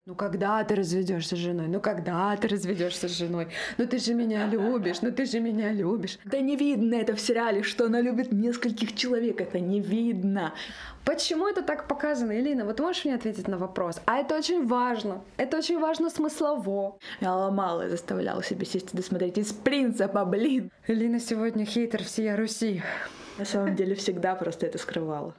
Ну когда ты разведешься с женой? Ну когда ты разведешься с женой? Ну ты же меня любишь, ну ты же меня любишь. Да не видно это в сериале, что она любит нескольких человек, это не видно. Почему это так показано, Элина? Вот можешь мне ответить на вопрос? А это очень важно. Это очень важно смыслово. Я ломала и заставляла себя сесть и досмотреть из принципа, блин. Элина сегодня хейтер всей Руси. На самом деле всегда просто это скрывала.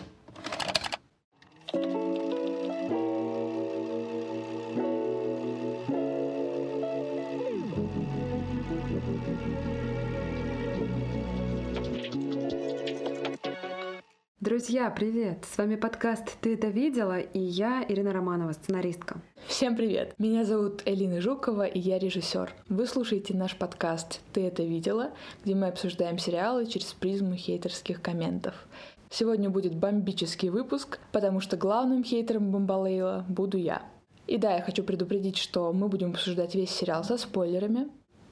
Друзья, привет! С вами подкаст «Ты это видела?» и я, Ирина Романова, сценаристка. Всем привет! Меня зовут Элина Жукова, и я режиссер. Вы слушаете наш подкаст «Ты это видела?», где мы обсуждаем сериалы через призму хейтерских комментов. Сегодня будет бомбический выпуск, потому что главным хейтером Бомбалейла буду я. И да, я хочу предупредить, что мы будем обсуждать весь сериал со спойлерами.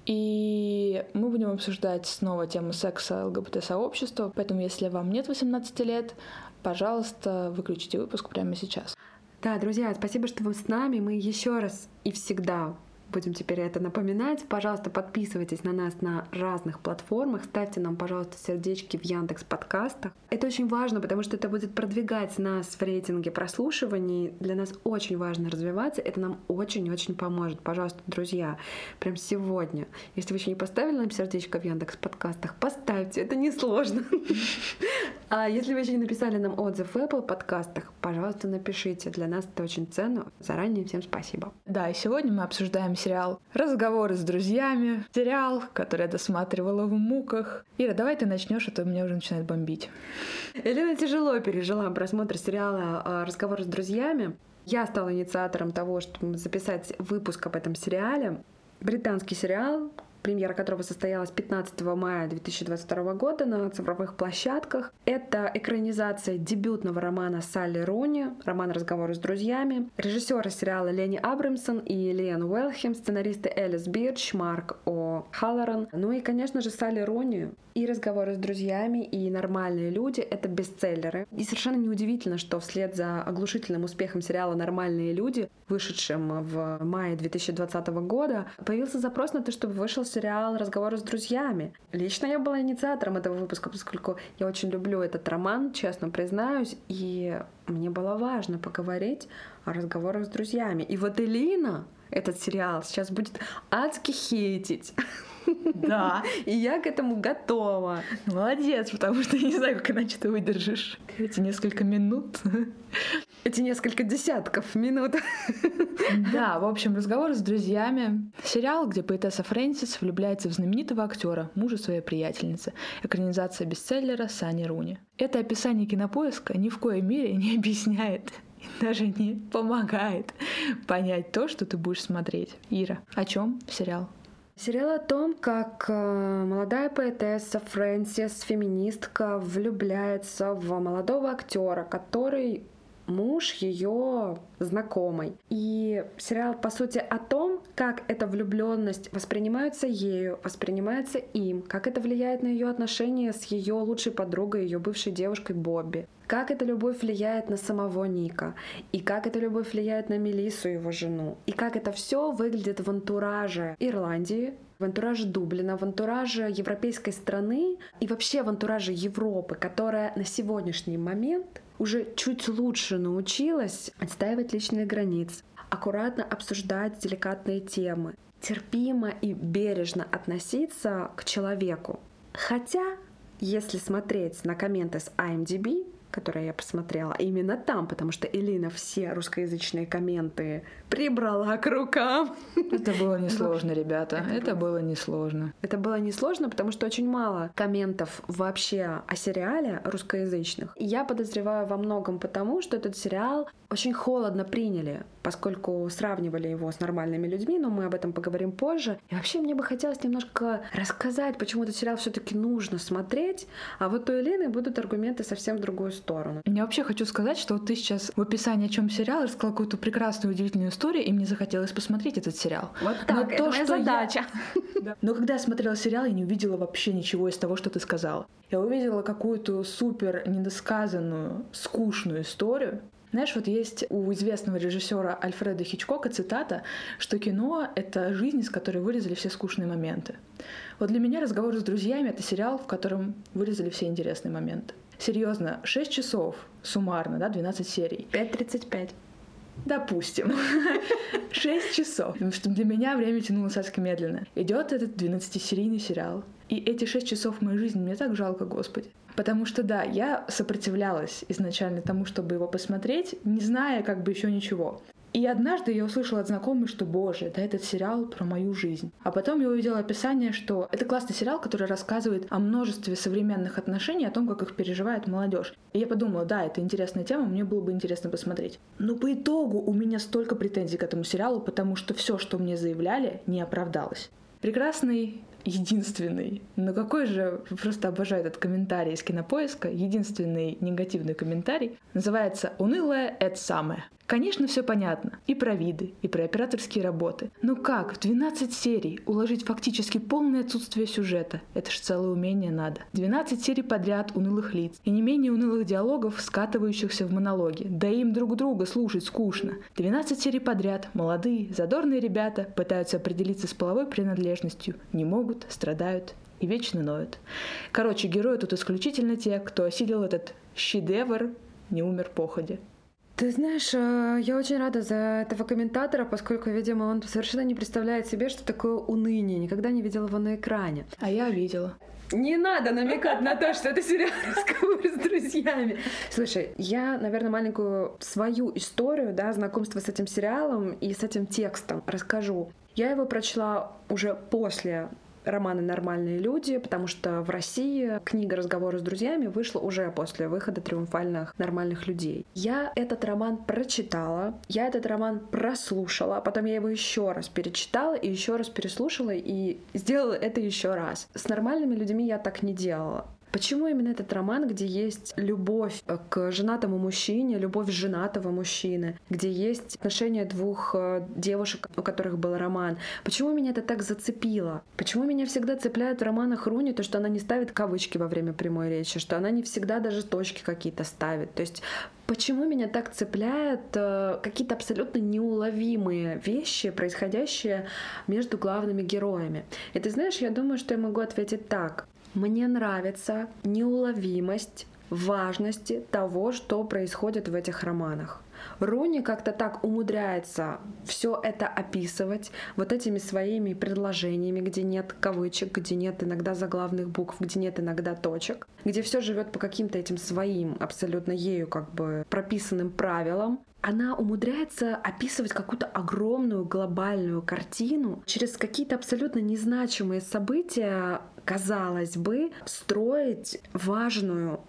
И мы будем обсуждать снова тему секса ЛГБТ-сообщества, поэтому если вам нет 18 лет, пожалуйста, выключите выпуск прямо сейчас. Да, друзья, спасибо, что вы с нами. Мы еще раз и всегда будем теперь это напоминать. Пожалуйста, подписывайтесь на нас на разных платформах, ставьте нам, пожалуйста, сердечки в Яндекс.Подкастах. Это очень важно, потому что это будет продвигать нас в рейтинге прослушиваний. Для нас очень важно развиваться, это нам очень-очень поможет. Пожалуйста, друзья, прям сегодня. Если вы еще не поставили нам сердечко в Яндекс.Подкастах, поставьте, это несложно. А если вы еще не написали нам отзыв в Apple подкастах, пожалуйста, напишите. Для нас это очень ценно. Заранее всем спасибо. Да, и сегодня мы обсуждаем сериал «Разговоры с друзьями», сериал, который я досматривала в муках. Ира, давай ты начнешь, а то меня уже начинает бомбить. Элина тяжело пережила просмотр сериала «Разговоры с друзьями». Я стала инициатором того, чтобы записать выпуск об этом сериале. Британский сериал, премьера которого состоялась 15 мая 2022 года на цифровых площадках. Это экранизация дебютного романа Салли Руни, роман «Разговоры с друзьями». Режиссеры сериала Ленни Абрамсон и Лиан Уэлхем, сценаристы Элис Бирч, Марк О. Халлоран. Ну и, конечно же, Салли Руни. И «Разговоры с друзьями», и «Нормальные люди» — это бестселлеры. И совершенно неудивительно, что вслед за оглушительным успехом сериала «Нормальные люди», вышедшим в мае 2020 года, появился запрос на то, чтобы вышел сериал «Разговоры с друзьями». Лично я была инициатором этого выпуска, поскольку я очень люблю этот роман, честно признаюсь, и мне было важно поговорить о разговорах с друзьями. И вот Элина этот сериал сейчас будет адски хейтить. Да. И я к этому готова. Молодец, потому что я не знаю, как иначе ты выдержишь эти несколько минут. Эти несколько десятков минут. Да, в общем, «Разговоры с друзьями». Сериал, где поэтесса Фрэнсис влюбляется в знаменитого актера, мужа своей приятельницы. Экранизация бестселлера Санни Руни. Это описание Кинопоиска ни в коей мере не объясняет и даже не помогает понять то, что ты будешь смотреть. Ира, о чем сериал? Сериал о том, как молодая поэтесса Фрэнсис, феминистка, влюбляется в молодого актера, который муж ее знакомой. И сериал, по сути, о том, как эта влюбленность воспринимается ею, воспринимается им, как это влияет на ее отношения с ее лучшей подругой, ее бывшей девушкой Бобби. Как эта любовь влияет на самого Ника, и как эта любовь влияет на Мелиссу, его жену, и как это все выглядит в антураже Ирландии, в антураже Дублина, в антураже европейской страны и вообще в антураже Европы, которая на сегодняшний момент уже чуть лучше научилась отстаивать личные границы, аккуратно обсуждать деликатные темы, терпимо и бережно относиться к человеку. Хотя, если смотреть на комменты с IMDb, которые я посмотрела, именно там, потому что Элина все русскоязычные комменты прибрала к рукам. Это было несложно, ребята. Это было несложно. Это было несложно, потому что очень мало комментов вообще о сериале русскоязычных. И я подозреваю во многом потому, что этот сериал очень холодно приняли, поскольку сравнивали его с «Нормальными людьми», но мы об этом поговорим позже. И вообще мне бы хотелось немножко рассказать, почему этот сериал все-таки нужно смотреть, а вот у Елены будут аргументы совсем в другую сторону. Я вообще хочу сказать, что вот ты сейчас в описании, о чем сериал, рассказала какую-то прекрасную, удивительную историю, и мне захотелось посмотреть этот сериал. Вот так, это моя задача. Но когда я смотрела сериал, я не увидела вообще ничего из того, что ты сказала. Я увидела какую-то супер недосказанную, скучную историю, Знаешь, вот есть у известного режиссера Альфреда Хичкока цитата, что кино — это жизнь, из которой вырезали все скучные моменты. Вот для меня «Разговор с друзьями» — это сериал, в котором вырезали все интересные моменты. Серьезно, 6 часов суммарно, да, 12 серий. 5:35. Допустим. 6 часов. Потому что для меня время тянулось адски медленно. Идет этот 12-серийный сериал. И эти 6 часов моей жизни мне так жалко, Господи. Потому что, да, я сопротивлялась изначально тому, чтобы его посмотреть, не зная как бы еще ничего. И однажды я услышала от знакомой, что, боже, да этот сериал про мою жизнь. А потом я увидела описание, что это классный сериал, который рассказывает о множестве современных отношений, о том, как их переживает молодежь. И я подумала, да, это интересная тема, мне было бы интересно посмотреть. Но по итогу у меня столько претензий к этому сериалу, потому что все, что мне заявляли, не оправдалось. Прекрасный, единственный, но какой же, просто обожаю этот комментарий из Кинопоиска, единственный негативный комментарий, называется «Унылое — это самое». Конечно, все понятно. И про виды, и про операторские работы. Но как в 12 серий уложить фактически полное отсутствие сюжета? Это ж целое умение надо. 12 серий подряд унылых лиц. И не менее унылых диалогов, скатывающихся в монологи. Да им друг друга слушать скучно. 12 серий подряд молодые, задорные ребята пытаются определиться с половой принадлежностью. Не могут, страдают и вечно ноют. Короче, герои тут исключительно те, кто осилил этот шедевр, не умер походя. Ты знаешь, я очень рада за этого комментатора, поскольку, видимо, он совершенно не представляет себе, что такое уныние. Никогда не видел его на экране. А я видела. Не надо намекать на то, что это сериал «Разговор с друзьями». Слушай, я, наверное, маленькую свою историю, да, знакомства с этим сериалом и с этим текстом расскажу. Я его прочла уже после романа «Нормальные люди», потому что в России книга «Разговоры с друзьями» вышла уже после выхода триумфальных «Нормальных людей». Я этот роман прочитала, я этот роман прослушала, потом я его еще раз перечитала и еще раз переслушала и сделала это еще раз. С «Нормальными людьми» я так не делала. Почему именно этот роман, где есть любовь к женатому мужчине, любовь женатого мужчины, где есть отношения двух девушек, у которых был роман? Почему меня это так зацепило? Почему меня всегда цепляет в романах Руни то, что она не ставит кавычки во время прямой речи, что она не всегда даже точки какие-то ставит? То есть почему меня так цепляют какие-то абсолютно неуловимые вещи, происходящие между главными героями? И ты знаешь, я думаю, что я могу ответить так. Мне нравится неуловимость важности того, что происходит в этих романах. Руни как-то так умудряется все это описывать вот этими своими предложениями, где нет кавычек, где нет иногда заглавных букв, где нет иногда точек, где все живет по каким-то этим своим, абсолютно ею как бы прописанным правилам. Она умудряется описывать какую-то огромную глобальную картину через какие-то абсолютно незначимые события, казалось бы, строить важную,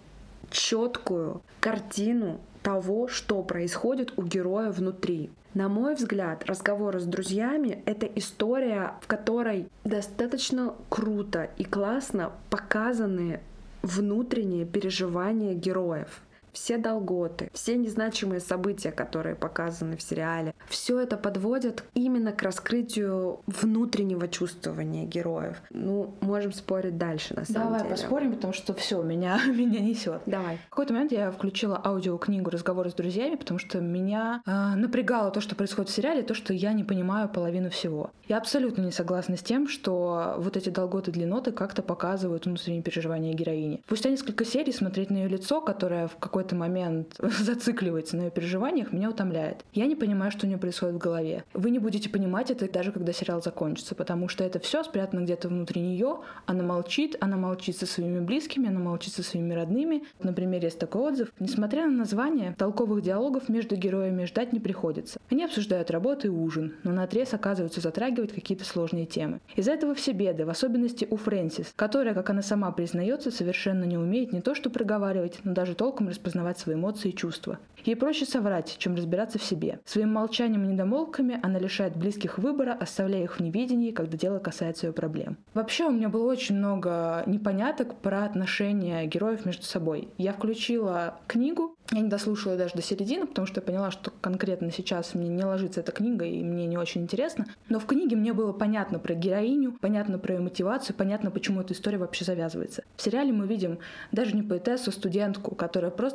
четкую картину того, что происходит у героя внутри. На мой взгляд, «Разговоры с друзьями» — это история, в которой достаточно круто и классно показаны внутренние переживания героев. Все долготы, все незначимые события, которые показаны в сериале, все это подводит именно к раскрытию внутреннего чувствования героев. Ну, можем спорить дальше, на самом деле. Давай поспорим, потому что все меня несет. Давай. В какой-то момент я включила аудиокнигу «Разговоры с друзьями», потому что меня напрягало то, что происходит в сериале, то, что я не понимаю половину всего. Я абсолютно не согласна с тем, что вот эти долготы, длинноты как-то показывают внутренние переживания героини. Спустя несколько серий смотреть на ее лицо, которое в какой-то момент зацикливается на ее переживаниях, меня утомляет. Я не понимаю, что у нее происходит в голове. Вы не будете понимать это даже когда сериал закончится, потому что это все спрятано где-то внутри нее. Она молчит со своими близкими, она молчит со своими родными. Например, есть такой отзыв. Несмотря на название, толковых диалогов между героями ждать не приходится. Они обсуждают работу и ужин, но наотрез оказываются затрагивать какие-то сложные темы. Из-за этого все беды, в особенности у Фрэнсис, которая, как она сама признается, совершенно не умеет не то что проговаривать, но даже толком распознавать свои эмоции и чувства. Ей проще соврать, чем разбираться в себе. Своим молчанием и недомолвками она лишает близких выбора, оставляя их в неведении, когда дело касается ее проблем. Вообще, у меня было очень много непоняток про отношения героев между собой. Я включила книгу, я не дослушала даже до середины, потому что я поняла, что конкретно сейчас мне не ложится эта книга, и мне не очень интересно. Но в книге мне было понятно про героиню, понятно про ее мотивацию, понятно, почему эта история вообще завязывается. В сериале мы видим даже не поэтессу, студентку, которая просто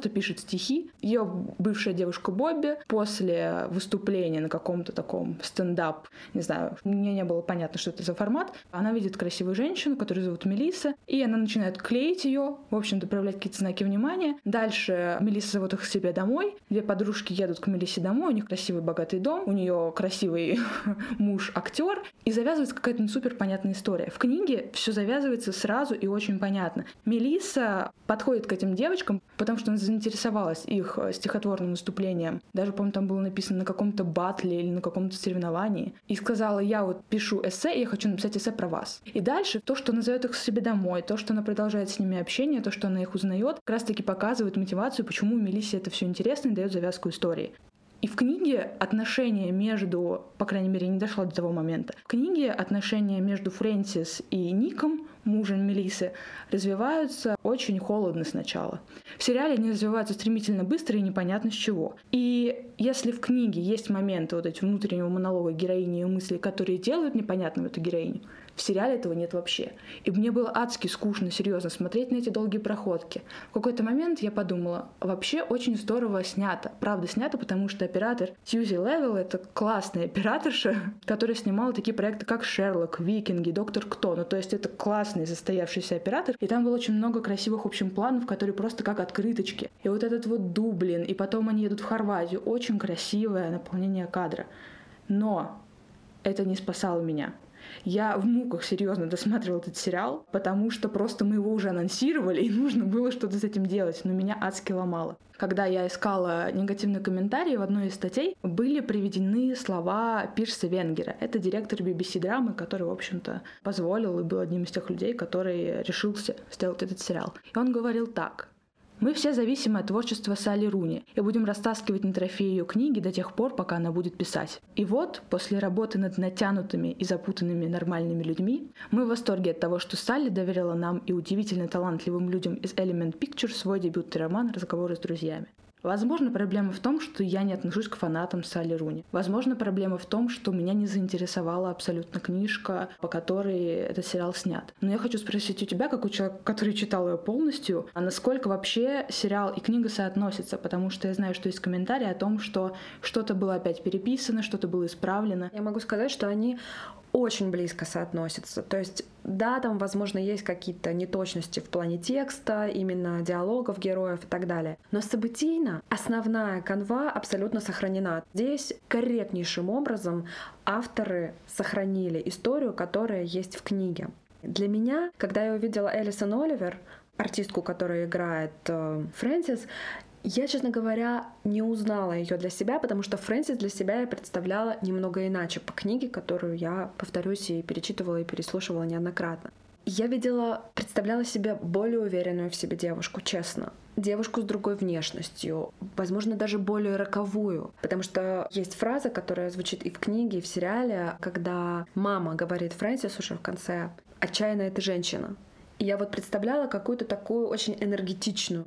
просто пишет стихи. Ее бывшая девушка Бобби после выступления на каком-то таком стендап, не знаю, мне не было понятно, что это за формат, она видит красивую женщину, которую зовут Мелисса, и она начинает клеить ее, в общем-то, проявлять какие-то знаки внимания. Дальше Мелисса зовут их к себе домой. Две подружки едут к Мелиссе домой, у них красивый богатый дом, у нее красивый муж актер, и завязывается какая-то супер понятная история. В книге все завязывается сразу и очень понятно. Мелисса подходит к этим девочкам, потому что она заинтересовалась их стихотворным выступлением. Даже, по-моему, там было написано на каком-то батле или на каком-то соревновании. И сказала: я вот пишу эссе, и я хочу написать эссе про вас. И дальше то, что она зовет их к себе домой, то, что она продолжает с ними общение, то, что она их узнает, как раз-таки показывает мотивацию, почему Мелиссе это все интересно и дает завязку истории. И в книге отношения между, по крайней мере, не дошло до того момента, в книге отношения между Фрэнсис и Ником, мужем Мелиссы, развиваются очень холодно сначала. В сериале они развиваются стремительно быстро и непонятно с чего. И если в книге есть моменты вот эти внутреннего монолога героини и мыслей, которые делают непонятным эту героиню, в сериале этого нет вообще. И мне было адски скучно, серьезно, смотреть на эти долгие проходки. В какой-то момент я подумала, вообще очень здорово снято. Правда снято, потому что оператор Сьюзи Левел — это классная операторша, которая снимала такие проекты, как «Шерлок», «Викинги», «Доктор Кто». Ну, то есть это классный состоявшийся оператор. И там было очень много красивых общих планов, которые просто как открыточки. И вот этот вот Дублин, и потом они едут в Хорватию. Очень красивое наполнение кадра. Но это не спасало меня. Я в муках серьезно досматривала этот сериал, потому что просто мы его уже анонсировали, и нужно было что-то с этим делать, но меня адски ломало. Когда я искала негативные комментарии, в одной из статей были приведены слова Пирса Венгера. Это директор BBC-драмы, который, в общем-то, позволил и был одним из тех людей, который решился сделать этот сериал. И он говорил так: «Мы все зависимы от творчества Салли Руни и будем растаскивать на трофеи ее книги до тех пор, пока она будет писать. И вот, после работы над натянутыми и запутанными нормальными людьми, мы в восторге от того, что Салли доверила нам и удивительно талантливым людям из Element Pictures свой дебютный роман «Разговоры с друзьями». Возможно, проблема в том, что я не отношусь к фанатам Салли Руни. Возможно, проблема в том, что меня не заинтересовала абсолютно книжка, по которой этот сериал снят. Но я хочу спросить у тебя, как у человека, который читал ее полностью, а насколько вообще сериал и книга соотносятся? Потому что я знаю, что есть комментарии о том, что что-то было опять переписано, что-то было исправлено. Я могу сказать, что они очень близко соотносятся. То есть, да, там, возможно, есть какие-то неточности в плане текста, именно диалогов героев и так далее. Но событийно основная канва абсолютно сохранена. Здесь корректнейшим образом авторы сохранили историю, которая есть в книге. Для меня, когда я увидела Элисон Оливер, артистку, которая играет Фрэнсис, я, честно говоря, не узнала ее для себя, потому что Фрэнсис для себя я представляла немного иначе по книге, которую я, повторюсь, и перечитывала, и переслушивала неоднократно. Я представляла себе более уверенную в себе девушку, честно. Девушку с другой внешностью, возможно, даже более роковую. Потому что есть фраза, которая звучит и в книге, и в сериале, когда мама говорит Фрэнсис уже в конце: «Отчаянная ты женщина». И я вот представляла какую-то такую очень энергетичную,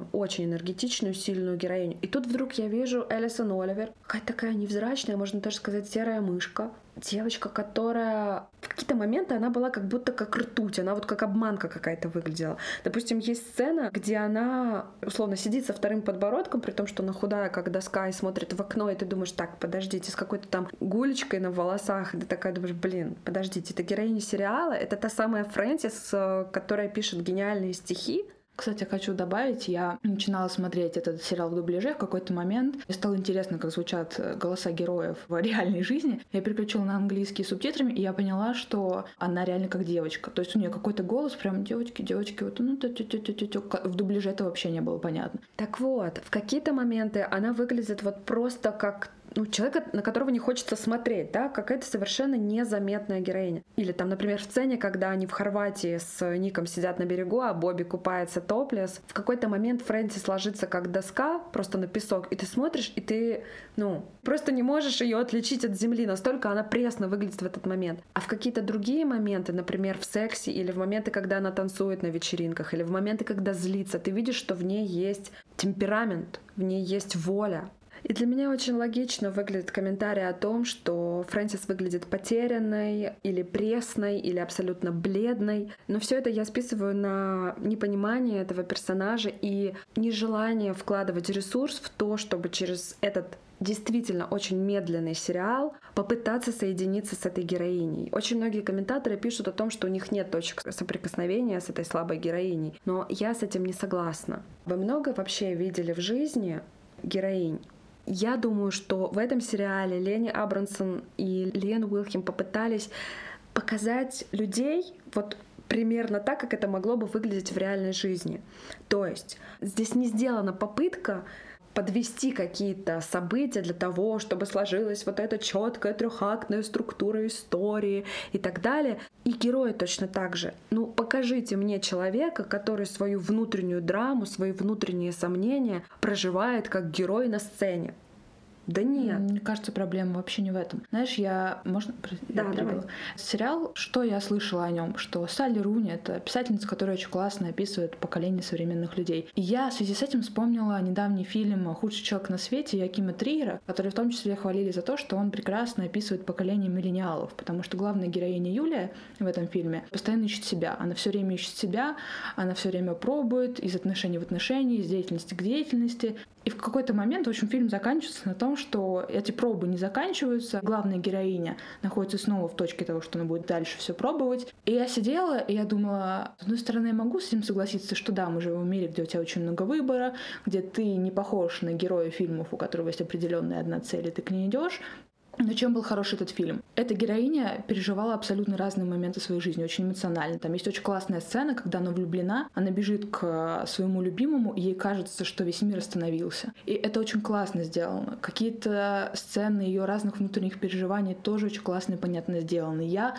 сильную героиню. И тут вдруг я вижу Элисон Оливер, какая-то такая невзрачная, можно даже сказать, серая мышка. Девочка, которая в какие-то моменты она была как будто как ртуть, она вот как обманка какая-то выглядела. Допустим, есть сцена, где она условно сидит со вторым подбородком, при том, что она худая, как доска, и смотрит в окно, и ты думаешь: так, подождите, с какой-то там гулечкой на волосах, и ты такая думаешь: блин, подождите, это героиня сериала, это та самая Фрэнсис, которая пишет гениальные стихи. Кстати, хочу добавить, я начинала смотреть этот сериал в дубляже в какой-то момент. Мне стало интересно, как звучат голоса героев в реальной жизни. Я переключила на английский субтитрами, и я поняла, что она реально как девочка. То есть у нее какой-то голос прям девочки, вот, ну, в дубляже это вообще не было понятно. Так вот, в какие-то моменты она выглядит вот просто как человека, на которого не хочется смотреть, да, какая-то совершенно незаметная героиня. Или там, например, в сцене, когда они в Хорватии с Ником сидят на берегу, а Бобби купается топлес, в какой-то момент Фрэнсис ложится как доска просто на песок, и ты смотришь, и ты, просто не можешь ее отличить от земли, настолько она пресно выглядит в этот момент. А в какие-то другие моменты, например, в сексе, или в моменты, когда она танцует на вечеринках, или в моменты, когда злится, ты видишь, что в ней есть темперамент, в ней есть воля. И для меня очень логично выглядит комментарий о том, что Фрэнсис выглядит потерянной или пресной, или абсолютно бледной. Но все это я списываю на непонимание этого персонажа и нежелание вкладывать ресурс в то, чтобы через этот действительно очень медленный сериал попытаться соединиться с этой героиней. Очень многие комментаторы пишут о том, что у них нет точек соприкосновения с этой слабой героиней, но я с этим не согласна. Вы много вообще видели в жизни героинь? Я думаю, что в этом сериале Лени Абрамсон и Лиэн Уилхем попытались показать людей вот примерно так, как это могло бы выглядеть в реальной жизни. То есть здесь не сделана попытка подвести какие-то события для того, чтобы сложилась вот эта четкая трехактная структура истории и так далее. И герои точно так же. Покажите мне человека, который свою внутреннюю драму, свои внутренние сомнения проживает как герой на сцене. Да нет. Мне кажется, проблема вообще не в этом. Знаешь, Можно? Да, давай. Сериал, что я слышала о нем, что Салли Руни — это писательница, которая очень классно описывает поколение современных людей. И я в связи с этим вспомнила недавний фильм «Худший человек на свете» Якима Триера, который в том числе хвалили за то, что он прекрасно описывает поколение миллениалов, потому что главная героиня Юлия в этом фильме постоянно ищет себя. Она все время ищет себя, она все время пробует из отношений в отношения, из деятельности к деятельности. И в какой-то момент, в общем, фильм заканчивается на том, что эти пробы не заканчиваются. Главная героиня находится снова в точке того, что она будет дальше все пробовать. И я сидела, и я думала, с одной стороны, я могу с этим согласиться, что да, мы живем в мире, где у тебя очень много выбора, где ты не похож на героя фильмов, у которого есть определенная одна цель, и ты к ней идешь. Но чем был хорош этот фильм? Эта героиня переживала абсолютно разные моменты своей жизни, очень эмоционально. Там есть очень классная сцена, когда она влюблена, она бежит к своему любимому, и ей кажется, что весь мир остановился. И это очень классно сделано. Какие-то сцены ее разных внутренних переживаний тоже очень классно и понятно сделаны. Я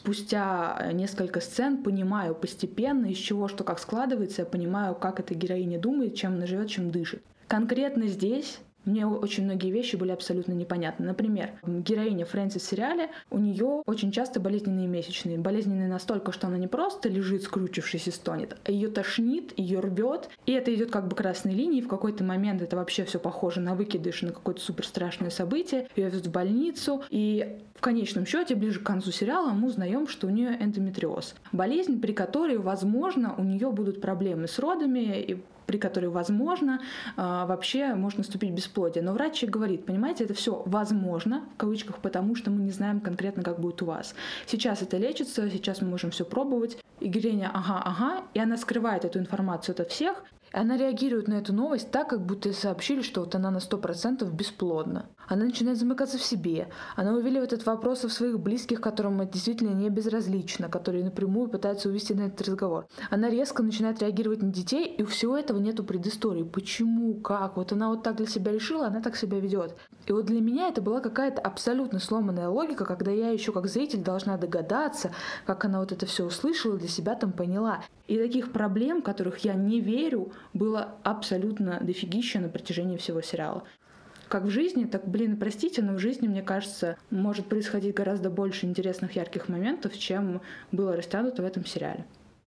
спустя несколько сцен понимаю постепенно, из чего что как складывается, я понимаю, как эта героиня думает, чем она живет, чем дышит. Конкретно здесь мне очень многие вещи были абсолютно непонятны. Например, героиня Фрэнсис в сериале, у нее очень часто болезненные месячные. Болезненные настолько, что она не просто лежит, скручившись и стонет, а ее тошнит, ее рвет. И это идет как бы красной линией. В какой-то момент это вообще все похоже на выкидыш, на какое-то супер страшное событие. Ее везут в больницу. И в конечном счете, ближе к концу сериала, мы узнаем, что у нее эндометриоз. Болезнь, при которой, возможно, у нее будут проблемы с родами, и при которой, возможно, вообще может наступить бесплодие. Но врач говорит, понимаете, это все возможно, в кавычках, потому что мы не знаем конкретно, как будет у вас. Сейчас это лечится, сейчас мы можем все пробовать. И героиня ага, и она скрывает эту информацию от всех. И она реагирует на эту новость так, как будто ей сообщили, что вот она на 100% бесплодна. Она начинает замыкаться в себе. Она увиливает от вопросов своих близких, которым это действительно не безразлично, которые напрямую пытаются увести на этот разговор. Она резко начинает реагировать на детей, и у всего этого нету предыстории. Почему? Как? Вот она вот так для себя решила, она так себя ведет. И вот для меня это была какая-то абсолютно сломанная логика, когда я еще как зритель должна догадаться, как она вот это все услышала, для себя там поняла. И таких проблем, которых я не верю, было абсолютно дофигища на протяжении всего сериала. Как в жизни, так, простите, но в жизни, мне кажется, может происходить гораздо больше интересных, ярких моментов, чем было растянуто в этом сериале.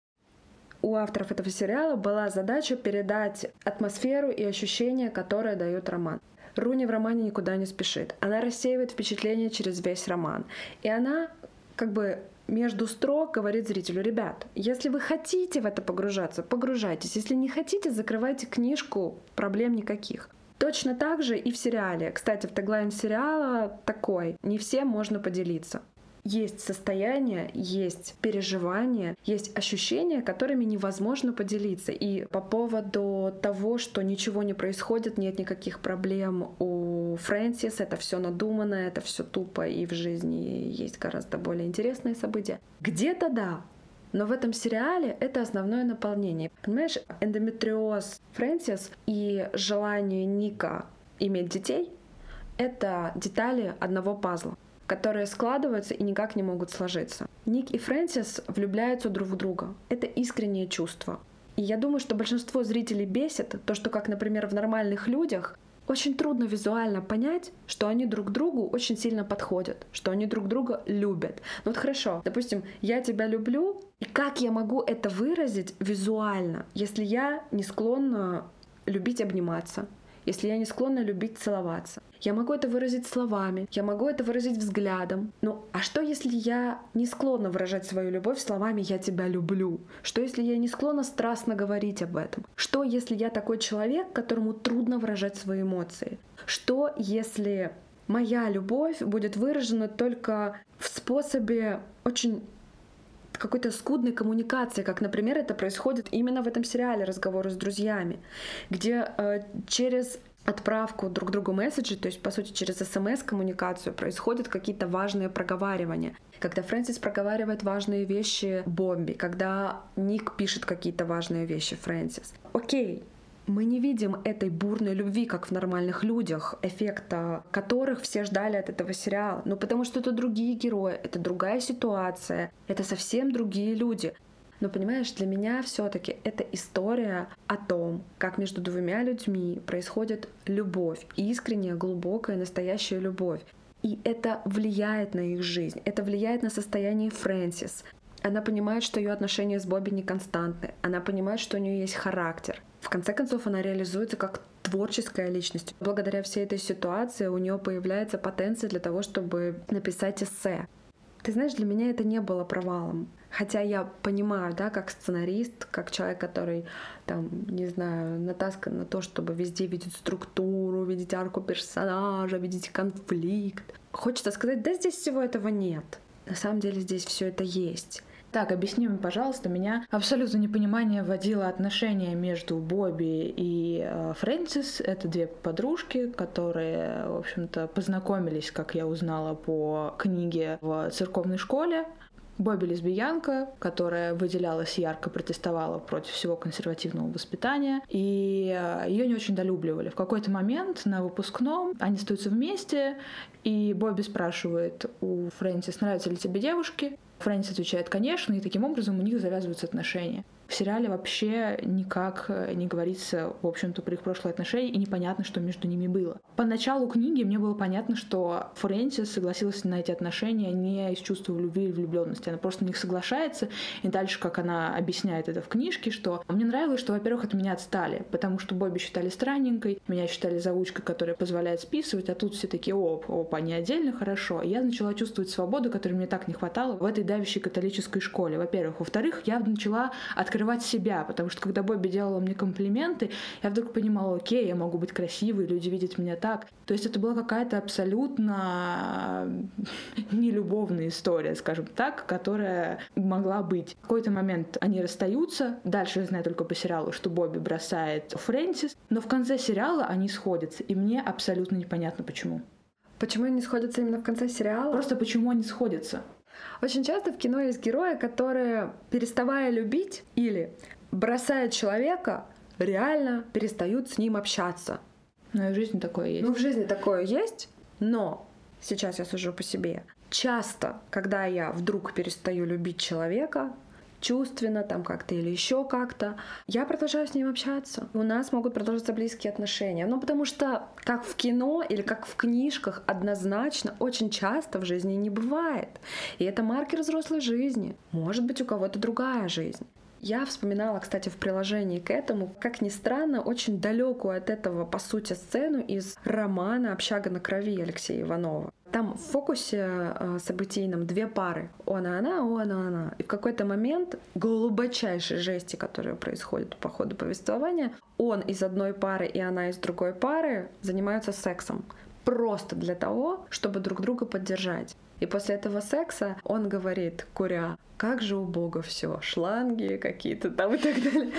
У авторов этого сериала была задача передать атмосферу и ощущения, которые дает роман. Руни в романе никуда не спешит. Она рассеивает впечатление через весь роман. И она между строк говорит зрителю: ребят, если вы хотите в это погружаться, погружайтесь. Если не хотите, закрывайте книжку, проблем никаких. Точно так же и в сериале. Кстати, в теглайн сериала такой: не всем можно поделиться. Есть состояние, есть переживания, есть ощущения, которыми невозможно поделиться. И по поводу того, что ничего не происходит, нет никаких проблем у Фрэнсис, это все надумано, это все тупо, и в жизни есть гораздо более интересные события. Где-то да, но в этом сериале это основное наполнение. Понимаешь, эндометриоз Фрэнсис и желание Ника иметь детей — это детали одного пазла, которые складываются и никак не могут сложиться. Ник и Фрэнсис влюбляются друг в друга. Это искреннее чувство. И я думаю, что большинство зрителей бесит то, что, как, например, в нормальных людях, очень трудно визуально понять, что они друг другу очень сильно подходят, что они друг друга любят. Ну вот хорошо, допустим, я тебя люблю, и как я могу это выразить визуально, если я не склонна любить обниматься? если я не склонна любить целоваться? Я могу это выразить словами, я могу это выразить взглядом. Ну, а что, если я не склонна выражать свою любовь словами «я тебя люблю»? Что, если я не склонна страстно говорить об этом? Что, если я такой человек, которому трудно выражать свои эмоции? Что, если моя любовь будет выражена только в способе очень какой-то скудной коммуникации, как, например, это происходит именно в этом сериале «Разговоры с друзьями», где через отправку друг другу месседжей, то есть, по сути, через СМС-коммуникацию происходят какие-то важные проговаривания. Когда Фрэнсис проговаривает важные вещи Бобби, когда Ник пишет какие-то важные вещи Фрэнсис. Окей, мы не видим этой бурной любви, как в нормальных людях, эффекта которых все ждали от этого сериала. Ну, потому что это другие герои, это другая ситуация, это совсем другие люди. Но, понимаешь, для меня все-таки это история о том, как между двумя людьми происходит любовь, искренняя, глубокая, настоящая любовь. И это влияет на их жизнь, это влияет на состояние Фрэнсис. Она понимает, что ее отношения с Бобби неконстантны, она понимает, что у нее есть характер. В конце концов, она реализуется как творческая личность. Благодаря всей этой ситуации у нее появляется потенция для того, чтобы написать эссе. Ты знаешь, для меня это не было провалом. Хотя я понимаю, да, как сценарист, как человек, который, там, не знаю, натаскан на то, чтобы везде видеть структуру, видеть арку персонажа, видеть конфликт. Хочется сказать, да здесь всего этого нет. На самом деле здесь все это есть. Так, объясни мне, пожалуйста, меня абсолютно непонимание вводило отношения между Бобби и Фрэнсис. Это две подружки, которые, в общем-то, познакомились, как я узнала по книге, в церковной школе. Бобби лесбиянка, которая выделялась ярко, протестовала против всего консервативного воспитания, и ее не очень долюбливали. В какой-то момент на выпускном они остаются вместе, и Бобби спрашивает у Фрэнсис, нравятся ли тебе девушки. Фрэнсис отвечает, конечно, и таким образом у них завязываются отношения. В сериале вообще никак не говорится, в общем-то, про их прошлые отношения, и непонятно, что между ними было. По началу книги мне было понятно, что Фрэнсис согласилась на эти отношения не из чувства любви или влюбленности. Она просто на них соглашается, и дальше, как она объясняет это в книжке, что мне нравилось, что, во-первых, от меня отстали, потому что Бобби считали странненькой, меня считали заучкой, которая позволяет списывать, а тут все такие, оп, они отдельно, хорошо. И я начала чувствовать свободу, которой мне так не хватало в этой давящей католической школе, во-первых. Во-вторых, я начала открывать себя, потому что когда Бобби делала мне комплименты, я вдруг понимала, окей, я могу быть красивой, люди видят меня так. То есть это была какая-то абсолютно нелюбовная история, скажем так, которая могла быть. В какой-то момент они расстаются, дальше я знаю только по сериалу, что Бобби бросает Фрэнсис, но в конце сериала они сходятся, и мне абсолютно непонятно почему. Почему они сходятся именно в конце сериала? Просто почему они сходятся. Очень часто в кино есть герои, которые, переставая любить или бросая человека, реально перестают с ним общаться. Ну и в жизни такое есть. Ну, в жизни такое есть, но сейчас я сужу по себе. Часто, когда я вдруг перестаю любить человека, чувственно там как-то или еще как-то, я продолжаю с ним общаться. У нас могут продолжаться близкие отношения. Ну, потому что как в кино или как в книжках однозначно очень часто в жизни не бывает. И это маркер взрослой жизни. Может быть, у кого-то другая жизнь. Я вспоминала, кстати, в приложении к этому, как ни странно, очень далекую от этого, по сути, сцену из романа «Общага на крови» Алексея Иванова. Там в фокусе событийном две пары. Он и она. И в какой-то момент глубочайшей жести, которая происходит по ходу повествования, он из одной пары и она из другой пары занимаются сексом. Просто для того, чтобы друг друга поддержать. И после этого секса он говорит, куря, как же убого все, шланги какие-то там и так далее.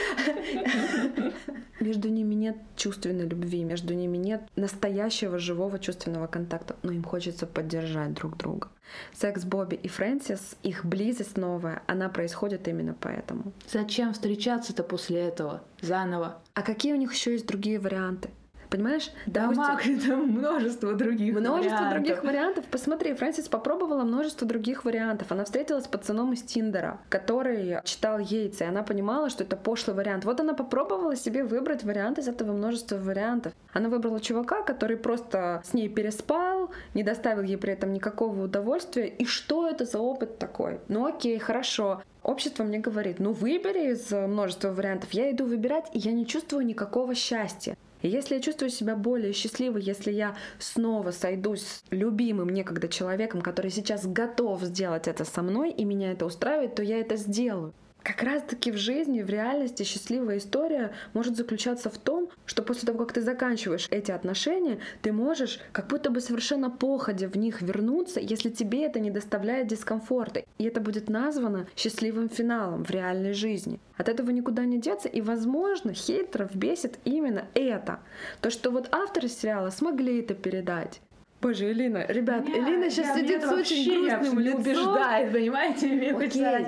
Между ними нет чувственной любви, между ними нет настоящего живого чувственного контакта, но им хочется поддержать друг друга. Секс Бобби и Фрэнсис, их близость новая, она происходит именно поэтому. Зачем встречаться-то после этого заново? А какие у них еще есть другие варианты? Понимаешь? Да, там множество других вариантов. Посмотри, Фрэнсис попробовала множество других вариантов. Она встретилась с пацаном из Тиндера, который читал Йейтса, и она понимала, что это пошлый вариант. Вот она попробовала себе выбрать вариант из этого множества вариантов. Она выбрала чувака, который просто с ней переспал, не доставил ей при этом никакого удовольствия. И что это за опыт такой? Ну окей, хорошо. Общество мне говорит, ну выбери из множества вариантов. Я иду выбирать, и я не чувствую никакого счастья. И если я чувствую себя более счастливой, если я снова сойдусь с любимым некогда человеком, который сейчас готов сделать это со мной, и меня это устраивает, то я это сделаю. Как раз-таки в жизни, в реальности счастливая история может заключаться в том, что после того, как ты заканчиваешь эти отношения, ты можешь как будто бы совершенно походя в них вернуться, если тебе это не доставляет дискомфорта. И это будет названо счастливым финалом в реальной жизни. От этого никуда не деться, и, возможно, хейтеров бесит именно это. То, что вот авторы сериала смогли это передать. Боже, Элина, ребят, Элина сейчас сидит с очень грустным лицом. Убеждает, понимаете? Окей,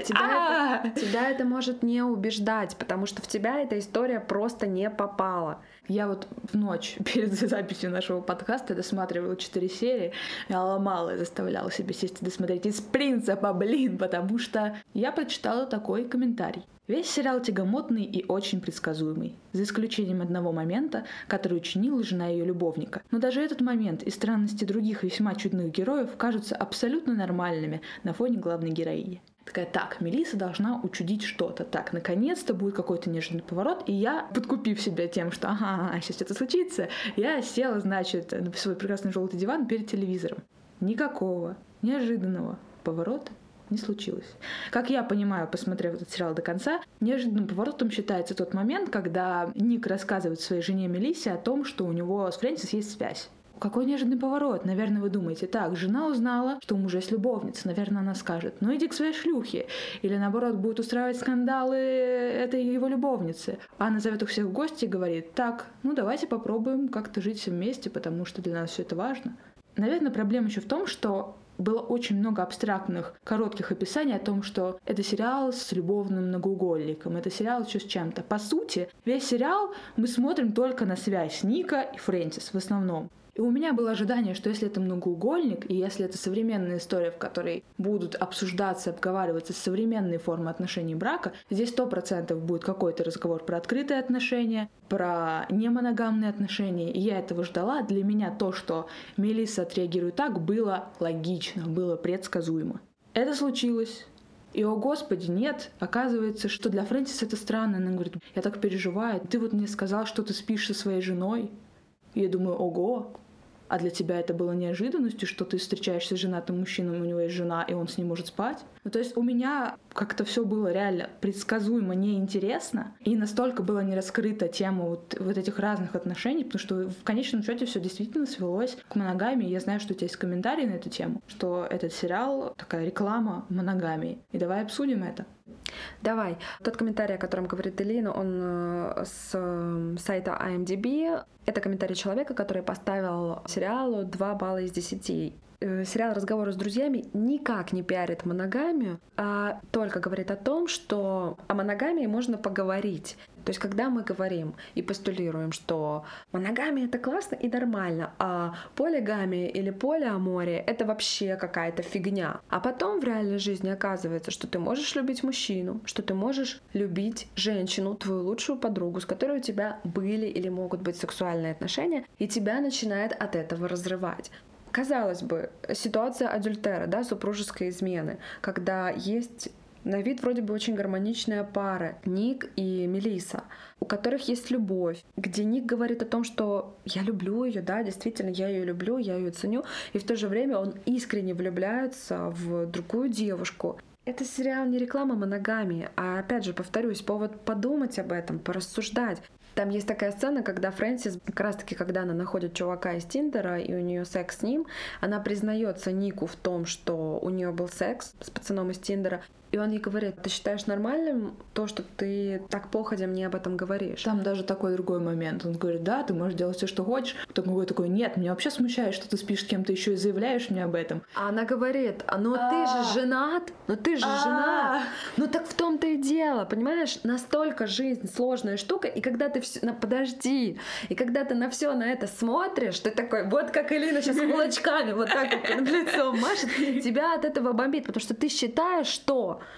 тебя это может не убеждать, потому что в тебя эта история просто не попала. Я вот в ночь перед записью нашего подкаста досматривала 4 серии, я ломала и заставляла себя сесть и досмотреть из принципа, потому что я прочитала такой комментарий. Весь сериал тягомотный и очень предсказуемый, за исключением одного момента, который учинила жена ее любовника. Но даже этот момент и странности других весьма чудных героев кажутся абсолютно нормальными на фоне главной героини. Такая, так, Мелисса должна учудить что-то. Так, наконец-то будет какой-то неожиданный поворот. И я, подкупив себя тем, что ага, сейчас это случится, я села, значит, на свой прекрасный желтый диван перед телевизором. Никакого неожиданного поворота не случилось. Как я понимаю, посмотрев этот сериал до конца, неожиданным поворотом считается тот момент, когда Ник рассказывает своей жене Мелиссе о том, что у него с Фрэнсис есть связь. Какой неожиданный поворот. Наверное, вы думаете, так, жена узнала, что у мужа есть любовница. Наверное, она скажет, ну иди к своей шлюхе. Или наоборот, будет устраивать скандалы этой его любовницы. А она зовет их всех в гости и говорит, так, ну давайте попробуем как-то жить все вместе, потому что для нас все это важно. Наверное, проблема еще в том, что было очень много абстрактных, коротких описаний о том, что это сериал с любовным многоугольником, это сериал еще с чем-то. По сути, весь сериал мы смотрим только на связь Ника и Фрэнсис в основном. И у меня было ожидание, что если это многоугольник, и если это современная история, в которой будут обсуждаться, обговариваться современные формы отношений брака, здесь 100% будет какой-то разговор про открытые отношения, про немоногамные отношения. И я этого ждала. Для меня то, что Мелисса отреагирует так, было логично, было предсказуемо. Это случилось. И, о господи, нет, оказывается, что для Фрэнсис это странно. Она говорит, я так переживаю, ты вот мне сказал, что ты спишь со своей женой. И я думаю, ого, а для тебя это было неожиданностью, что ты встречаешься с женатым мужчиной, у него есть жена, и он с ней может спать? Ну, то есть у меня как-то все было реально предсказуемо неинтересно, и настолько была не раскрыта тема вот этих разных отношений, потому что в конечном счете все действительно свелось к моногамии. Я знаю, что у тебя есть комментарии на эту тему, что этот сериал такая реклама моногамии. И давай обсудим это. Давай. Тот комментарий, о котором говорит Элина, он с сайта IMDb. Это комментарий человека, который поставил сериалу 2 балла из 10. Сериал «Разговоры с друзьями» никак не пиарит моногамию, а только говорит о том, что о моногамии можно поговорить. То есть, когда мы говорим и постулируем, что моногамия — это классно и нормально, а полигамия или полиамория — это вообще какая-то фигня. А потом в реальной жизни оказывается, что ты можешь любить мужчину, что ты можешь любить женщину, твою лучшую подругу, с которой у тебя были или могут быть сексуальные отношения, и тебя начинает от этого разрывать. Казалось бы, ситуация адюльтера, да, супружеской измены, когда есть на вид вроде бы очень гармоничная пара, Ник и Мелисса, у которых есть любовь, где Ник говорит о том, что я люблю ее, да, действительно, я ее люблю, я ее ценю, и в то же время он искренне влюбляется в другую девушку. Это сериал не реклама моногамии, а, опять же, повторюсь, повод подумать об этом, порассуждать. Там есть такая сцена, когда Фрэнсис, как раз-таки, когда она находит чувака из Тиндера, и у нее секс с ним, она признается Нику в том, что у нее был секс с пацаном из Тиндера, и он ей говорит, ты считаешь нормальным то, что ты так походя мне об этом говоришь? Там даже такой другой момент. Он говорит, да, ты можешь делать все, что хочешь. Другой такой, нет, меня вообще смущает, что ты спишь с кем-то еще и заявляешь мне об этом. А она говорит, ну ты же женат, ну так в том-то и дело, понимаешь? Настолько жизнь сложная штука, и когда ты подожди, и когда ты на все на это смотришь, ты такой, вот как Элина сейчас кулачками вот так вот перед лицом машет, тебя от этого бомбит, потому что ты считаешь, что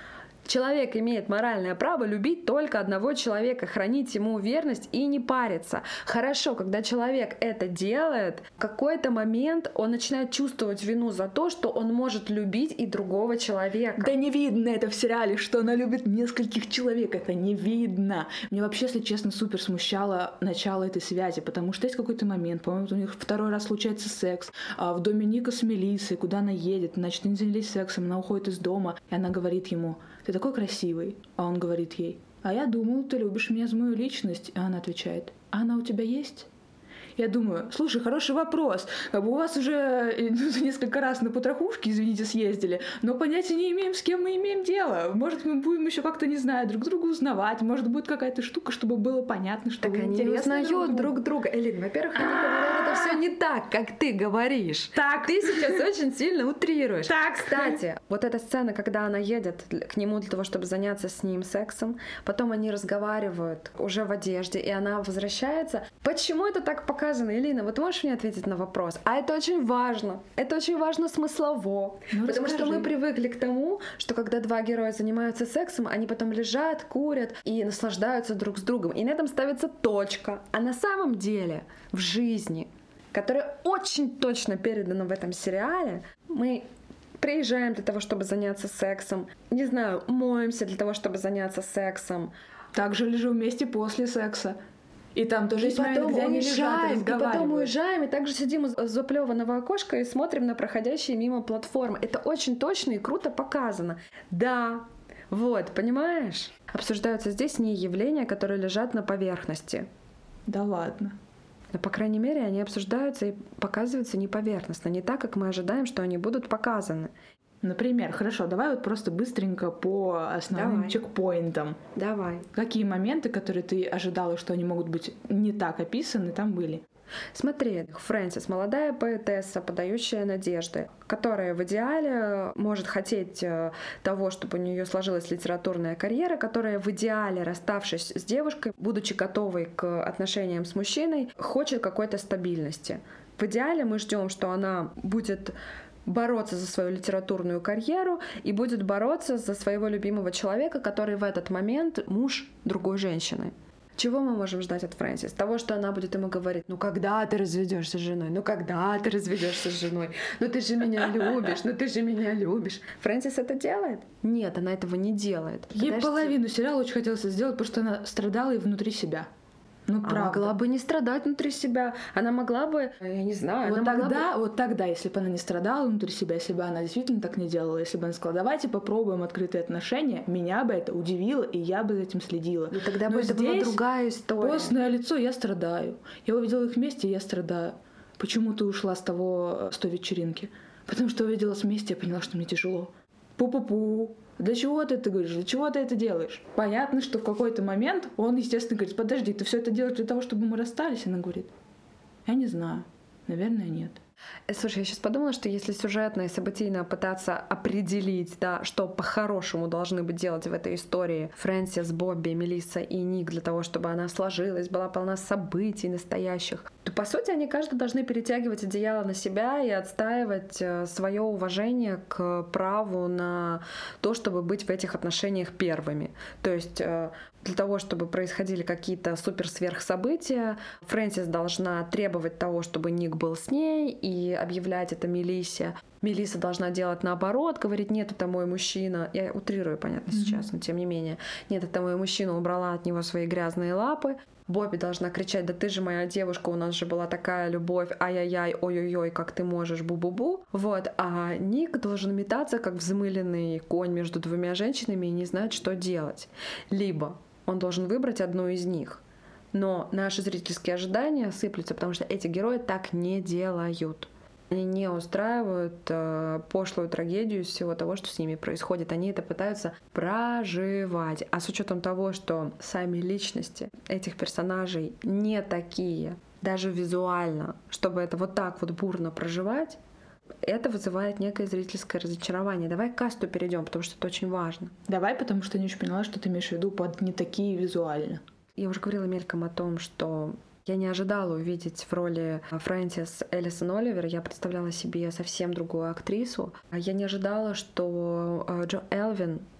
Человек имеет моральное право любить только одного человека, хранить ему верность и не париться. Хорошо, когда человек это делает, в какой-то момент он начинает чувствовать вину за то, что он может любить и другого человека. Да не видно это в сериале, что она любит нескольких человек. Это не видно. Мне вообще, если честно, супер смущало начало этой связи, потому что есть какой-то момент, по-моему, у них второй раз случается секс, в доме Ника с Мелиссой, куда она едет, значит, они занялись сексом, она уходит из дома, и она говорит ему: «Ты такой красивый». А он говорит ей: «А я думал, ты любишь меня за мою личность». А она отвечает: «А она у тебя есть?» Я думаю, слушай, хороший вопрос. Как бы у вас уже несколько раз на потрохушки, извините, съездили, но понятия не имеем, с кем мы имеем дело. Может, мы будем еще как-то, не знаю, друг друга узнавать. Может, будет какая-то штука, чтобы было понятно, что так они узнают друг друга. Элин, во-первых, они говорят это все не так, как ты говоришь. Так. Ты сейчас очень сильно утрируешь. Так. Кстати, вот эта сцена, когда она едет к нему для того, чтобы заняться с ним сексом, потом они разговаривают уже в одежде, и она возвращается. Почему это так показано? Элина, вот можешь мне ответить на вопрос? А это очень важно. Это очень важно смыслово. Потому что мы привыкли к тому, что когда два героя занимаются сексом, они потом лежат, курят и наслаждаются друг с другом. И на этом ставится точка. А на самом деле в жизни, которая очень точно передана в этом сериале, мы приезжаем для того, чтобы заняться сексом. Не знаю, моемся для того, чтобы заняться сексом. Также лежу вместе после секса. И там тоже есть момент, где они лежат и разговаривают. И потом уезжаем, и также сидим у заплеванного окошка и смотрим на проходящие мимо платформы. Это очень точно и круто показано. Да, вот, понимаешь? Обсуждаются здесь не явления, которые лежат на поверхности. Да ладно. Но, по крайней мере, они обсуждаются и показываются не поверхностно, не так, как мы ожидаем, что они будут показаны. Например, хорошо, давай вот просто быстренько по основным чекпоинтам. Давай. Какие моменты, которые ты ожидала, что они могут быть не так описаны, там были? Смотри, Фрэнсис — молодая поэтесса, подающая надежды, которая в идеале может хотеть того, чтобы у нее сложилась литературная карьера, которая в идеале, расставшись с девушкой, будучи готовой к отношениям с мужчиной, хочет какой-то стабильности. В идеале мы ждем, что она будет бороться за свою литературную карьеру и будет бороться за своего любимого человека, который в этот момент муж другой женщины. Чего мы можем ждать от Фрэнсис? Того, что она будет ему говорить: ну когда ты разведешься с женой? Ну когда ты разведешься с женой? Ну ты же меня любишь, ну ты же меня любишь. Фрэнсис это делает? Нет, она этого не делает. Ей половину сериала очень хотелось сделать, потому что она страдала и внутри себя. Ну, правда. Могла бы не страдать внутри себя. Она могла бы, я не знаю, вот тогда, если бы она не страдала внутри себя, если бы она действительно так не делала, если бы она сказала: давайте попробуем открытые отношения, меня бы это удивило, и я бы за этим следила. И тогда бы это была другая история. Постное лицо, я страдаю. Я увидела их вместе, я страдаю. Почему ты ушла с той вечеринки? Потому что увидела вместе, я поняла, что мне тяжело. Пу-пу-пу. Для чего ты это говоришь? Для чего ты это делаешь? Понятно, что в какой-то момент он, естественно, говорит: подожди, ты все это делаешь для того, чтобы мы расстались? Она говорит: я не знаю. Наверное, нет. Слушай, я сейчас подумала, что если сюжетно и событийно пытаться определить, да, что по-хорошему должны бы делать в этой истории Фрэнсис, Бобби, Мелисса и Ник для того, чтобы она сложилась, была полна событий настоящих, то, по сути, они каждый должны перетягивать одеяло на себя и отстаивать свое уважение к праву на то, чтобы быть в этих отношениях первыми. То есть для того, чтобы происходили какие-то супер-сверхсобытия, Фрэнсис должна требовать того, чтобы Ник был с ней, и объявлять это Мелиссе. Мелисса должна делать наоборот, говорить: нет, это мой мужчина. Я утрирую, понятно, сейчас, но тем не менее. Нет, это мой мужчина, убрала от него свои грязные лапы. Бобби должна кричать: да ты же моя девушка, у нас же была такая любовь, ай-яй-яй, ой-ой-ой, как ты можешь, бу-бу-бу. Вот, а Ник должен метаться, как взмыленный конь между двумя женщинами и не знать, что делать. Либо он должен выбрать одну из них. Но наши зрительские ожидания сыплются, потому что эти герои так не делают. Они не устраивают пошлую трагедию из всего того, что с ними происходит. Они это пытаются проживать. А с учетом того, что сами личности этих персонажей не такие, даже визуально, чтобы это вот так вот бурно проживать, это вызывает некое зрительское разочарование. Давай к касту перейдем, потому что это очень важно. Давай, потому что я не очень поняла, что ты имеешь в виду под не такие визуально. Я уже говорила мельком о том, что я не ожидала увидеть в роли Фрэнсис Элисон Оливер. Я представляла себе совсем другую актрису. Я не ожидала, что Джо Элвин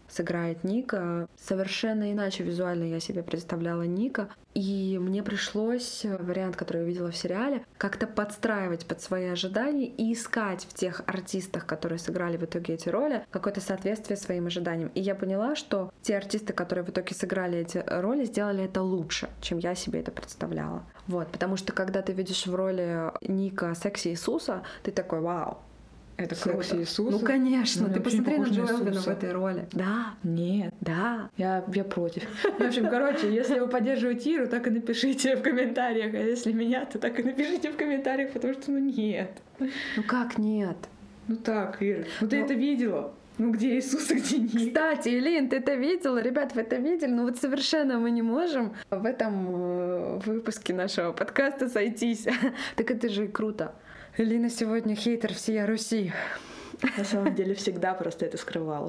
сыграет Ника. Совершенно иначе визуально я себе представляла Ника. И мне пришлось вариант, который я видела в сериале, как-то подстраивать под свои ожидания и искать в тех артистах, которые сыграли в итоге эти роли, какое-то соответствие своим ожиданиям. И я поняла, что те артисты, которые в итоге сыграли эти роли, сделали это лучше, чем я себе это представляла. Вот, потому что когда ты видишь в роли Ника секси Иисуса, ты такой: вау, это круто. Секси Иисуса? Ну, конечно. Ну, ты посмотри на Джо Элвина Иисуса в этой роли. Да. Нет. Да. Я против. В общем, если вы поддерживаете Иру, так и напишите в комментариях. А если меня, то так и напишите в комментариях, потому что, нет. Ну как нет? Ну так, Ира, ты это видела? Ну где Иисус, а где Ник? Кстати, Элин, ты это видела? Ребят, вы это видели? Ну вот совершенно мы не можем в этом выпуске нашего подкаста сойтись. Так это же и круто. Элина сегодня хейтер всей Руси. На самом деле всегда просто это скрывала.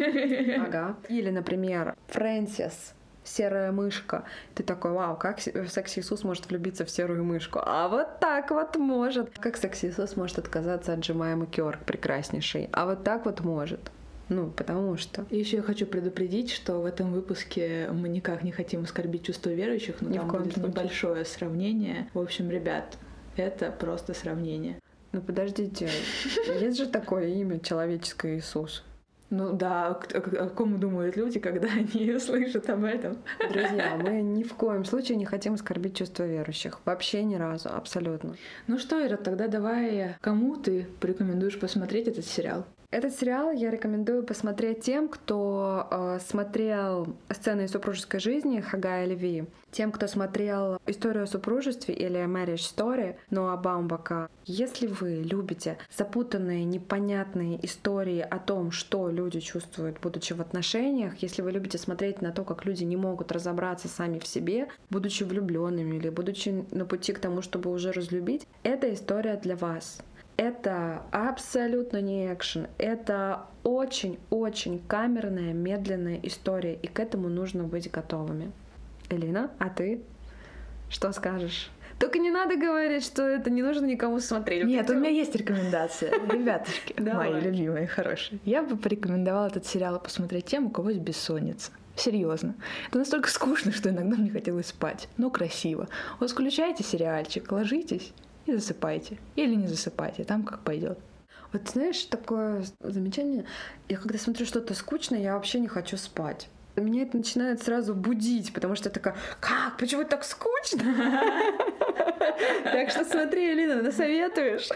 Ага. Или, например, Фрэнсис, серая мышка. Ты такой: вау, как секси Иисус может влюбиться в серую мышку? А вот так вот может. Как секси Иисус может отказаться от Джемаймы Кёрк, прекраснейшей? А вот так вот может. Ну, потому что... И еще я хочу предупредить, что в этом выпуске мы никак не хотим оскорбить чувства верующих, но там будет небольшое сравнение. В общем, ребят, это просто сравнение. Ну подождите, есть же такое имя человеческое Иисус. Ну да, о ком думают люди, когда они слышат об этом? Друзья, мы ни в коем случае не хотим оскорбить чувства верующих. Вообще ни разу, абсолютно. Ну что, Ира, тогда давай, кому ты порекомендуешь посмотреть этот сериал? Этот сериал я рекомендую посмотреть тем, кто смотрел «Сцены из супружеской жизни» Хагая Леви, тем, кто смотрел «Историю о супружестве» или «Marriage Story» Ноа Баумбака. Если вы любите запутанные, непонятные истории о том, что люди чувствуют, будучи в отношениях, если вы любите смотреть на то, как люди не могут разобраться сами в себе, будучи влюбленными или будучи на пути к тому, чтобы уже разлюбить, эта история для вас. Это абсолютно не экшен. Это очень-очень камерная, медленная история. И к этому нужно быть готовыми. Элина, а ты что скажешь? Только не надо говорить, что это не нужно никому смотреть. Нет, у меня есть рекомендация. Ребятушки, мои любимые, хорошие. Я бы порекомендовала этот сериал посмотреть тем, у кого есть бессонница. Серьезно. Это настолько скучно, что иногда мне хотелось спать. Но красиво. Вот включайте сериальчик, ложитесь и засыпайте. Или не засыпайте, там как пойдет. Вот знаешь, такое замечание, я когда смотрю что-то скучное, я вообще не хочу спать. Меня это начинает сразу будить, потому что я такая: как? Почему так скучно? Так что смотри, Элина, насоветуешь?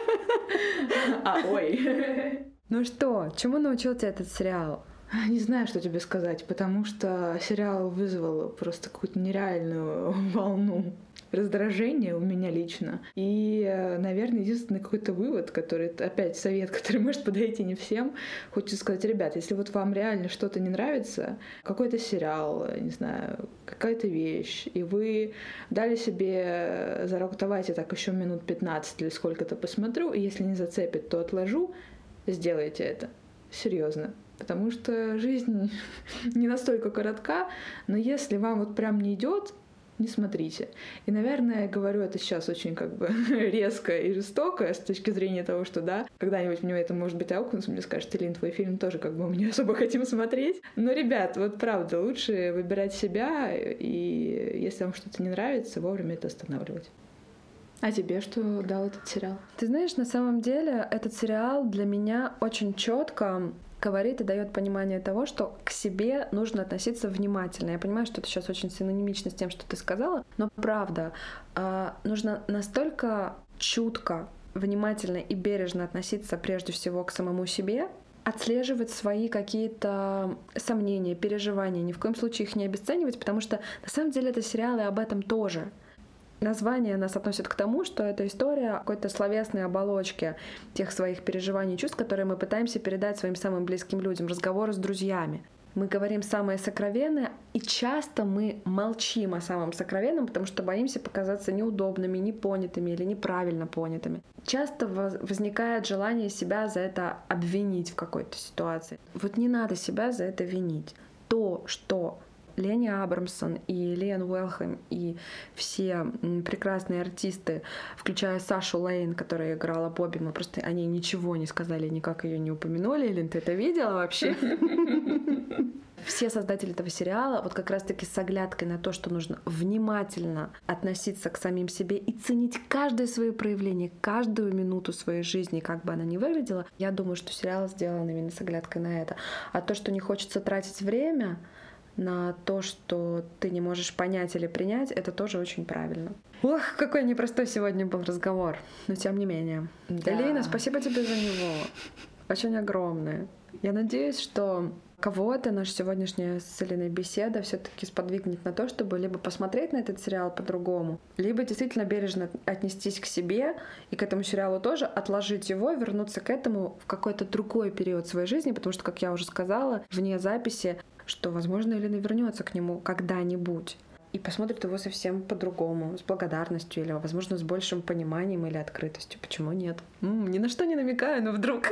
Ой. Ну что, чему научил тебя этот сериал? Не знаю, что тебе сказать, потому что сериал вызвал просто какую-то нереальную волну раздражения у меня лично. И, наверное, единственный какой-то вывод, который, опять, совет, который может подойти не всем, хочется сказать: ребят, если вот вам реально что-то не нравится, какой-то сериал, не знаю, какая-то вещь, и вы дали себе зарок: давайте так еще минут 15 или сколько-то посмотрю, и если не зацепит, то отложу, сделайте это. Серьезно. Потому что жизнь не настолько коротка, но если вам вот прям не идет, не смотрите. И, наверное, я говорю это сейчас очень как бы резко и жестоко с точки зрения того, что да, когда-нибудь мне это может быть аукнется, мне скажет: Элин, твой фильм тоже как бы мы не особо хотим смотреть. Но, ребят, вот правда, лучше выбирать себя, и если вам что-то не нравится, вовремя это останавливать. А тебе что дал этот сериал? Ты знаешь, на самом деле этот сериал для меня очень четко говорит и дает понимание того, что к себе нужно относиться внимательно. Я понимаю, что это сейчас очень синонимично с тем, что ты сказала, но правда, нужно настолько чутко, внимательно и бережно относиться прежде всего к самому себе, отслеживать свои какие-то сомнения, переживания, ни в коем случае их не обесценивать, потому что на самом деле это сериалы об этом тоже. Название нас относит к тому, что это история какой-то словесной оболочки тех своих переживаний и чувств, которые мы пытаемся передать своим самым близким людям, разговоры с друзьями. Мы говорим самое сокровенное, и часто мы молчим о самом сокровенном, потому что боимся показаться неудобными, непонятыми или неправильно понятыми. Часто возникает желание себя за это обвинить в какой-то ситуации. Вот не надо себя за это винить. То, что Ленни Абрамсон и Лиан Уэлхэм и все прекрасные артисты, включая Сашу Лейн, которая играла Бобби, мы просто о ней ничего не сказали, никак ее не упомянули. Элин, ты это видела вообще? Все создатели этого сериала вот как раз-таки с оглядкой на то, что нужно внимательно относиться к самим себе и ценить каждое свое проявление, каждую минуту своей жизни, как бы она ни выглядела. Я думаю, что сериал сделан именно с оглядкой на это. А то, что не хочется тратить время на то, что ты не можешь понять или принять, это тоже очень правильно. Ох, какой непростой сегодня был разговор, но тем не менее. Да. Элина, спасибо тебе за него. Очень огромное. Я надеюсь, что кого-то наша сегодняшняя с Элиной беседа все-таки сподвигнет на то, чтобы либо посмотреть на этот сериал по-другому, либо действительно бережно отнестись к себе и к этому сериалу тоже, отложить его, вернуться к этому в какой-то другой период своей жизни, потому что, как я уже сказала, вне записи, что, возможно, Элина вернется к нему когда-нибудь и посмотрит его совсем по-другому, с благодарностью или, возможно, с большим пониманием или открытостью. Почему нет? Ни на что не намекаю, но вдруг...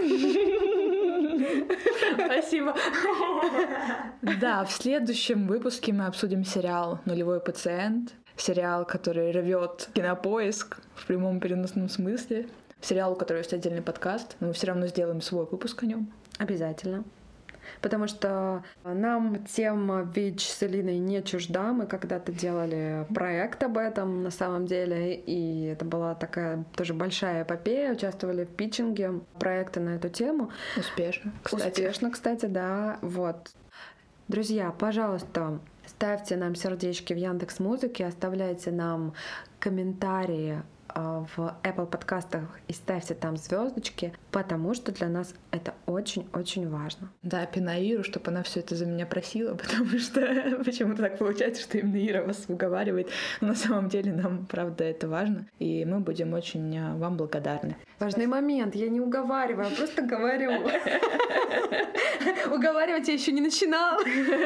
Спасибо. Да, в следующем выпуске мы обсудим сериал «Нулевой пациент», сериал, который рвет Кинопоиск в прямом переносном смысле, сериал, у которого есть отдельный подкаст, но мы все равно сделаем свой выпуск о нем. Обязательно. Потому что нам тема ВИЧ с Элиной не чужда. Мы когда-то делали проект об этом на самом деле, и это была такая тоже большая эпопея. Участвовали в питчинге проекта на эту тему. Успешно, кстати. Успешно, кстати, да. Вот. Друзья, пожалуйста, ставьте нам сердечки в Яндекс.Музыке, оставляйте нам комментарии в Apple подкастах и ставьте там звездочки, потому что для нас это очень-очень важно. Да, пинаю Иру, чтобы она все это за меня просила, потому что почему-то так получается, что именно Ира вас уговаривает. Но на самом деле нам, правда, это важно, и мы будем очень вам благодарны. Важный момент, я не уговариваю, а просто говорю. Уговаривать я еще не начинала.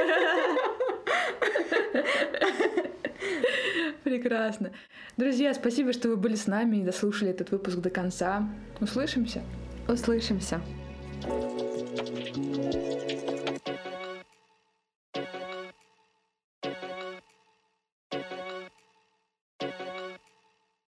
Прекрасно. Друзья, спасибо, что вы были с нами и дослушали этот выпуск до конца. Услышимся? Услышимся.